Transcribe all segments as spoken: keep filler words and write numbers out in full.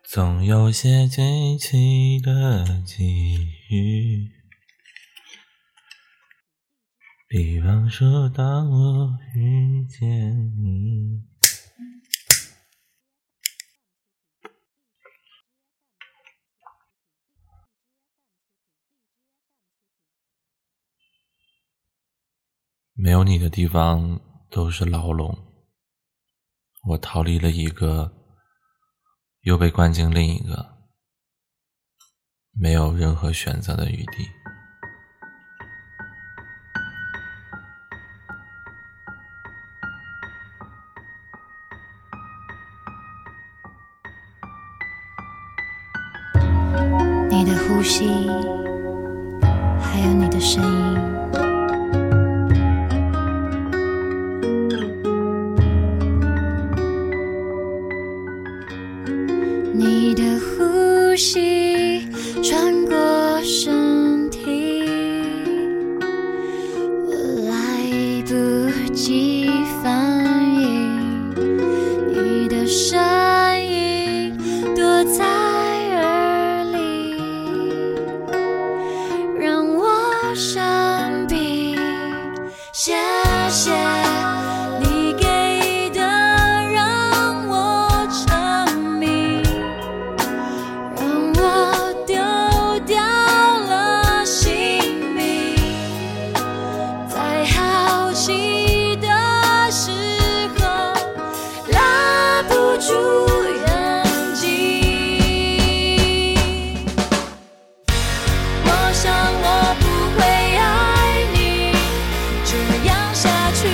总有些惊奇的际遇，比方说当我遇见你。没有你的地方都是牢笼，我逃离了一个，又被关进另一个，没有任何选择的余地。 你的呼吸，还有你的声音，你的呼吸穿过身体，我来不及反应，你的声音躲在耳里，让我生病。谢谢你给的让我沉迷，让我丢掉了性命，在好奇的时候拉不住眼睛。我想我不会爱你这样下去，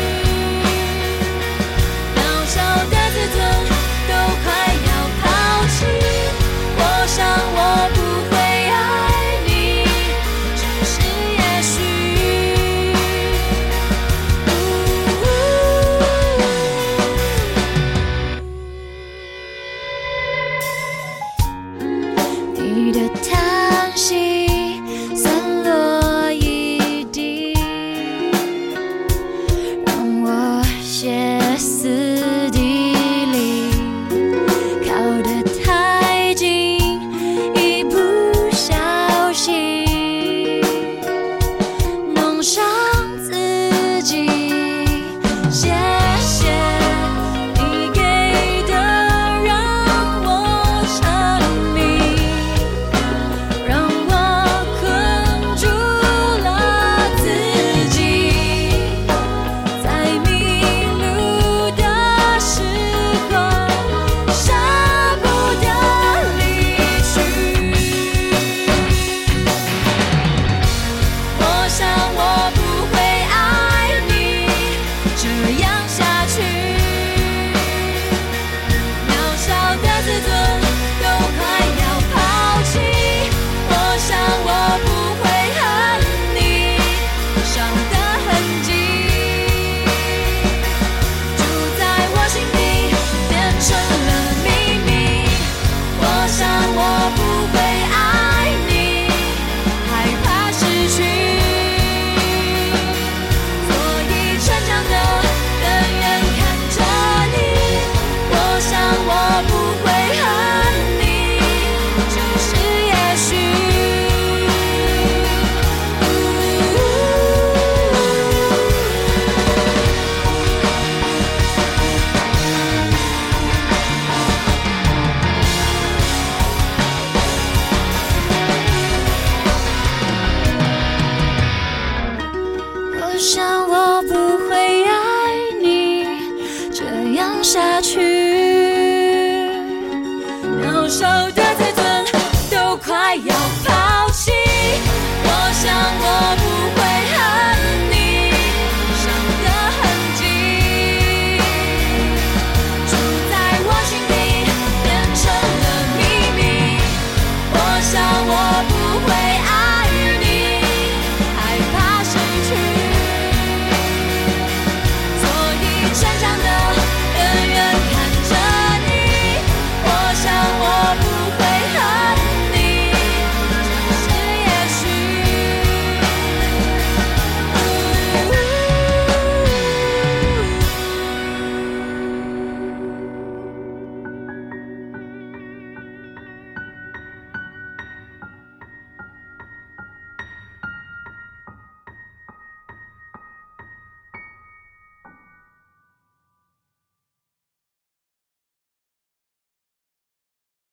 渺小的自尊都快要抛弃。我想我不会爱你，只是也许。你的叹息散落一地，让我歇斯底里，靠得太近，一不小心弄伤自己。谢谢你给的让我沉迷，让我困住了自己，在迷路的时候舍不得离去。我想我不会爱你这样下去，渺小的自尊都快要抛弃。我想我不会恨你伤的痕迹，住在我心底变成了秘密。我想我不会爱你，害怕失去，所以逞强的远远看着你。我想我不会恨你，只是也许。我想我不会爱你这样下去，渺小的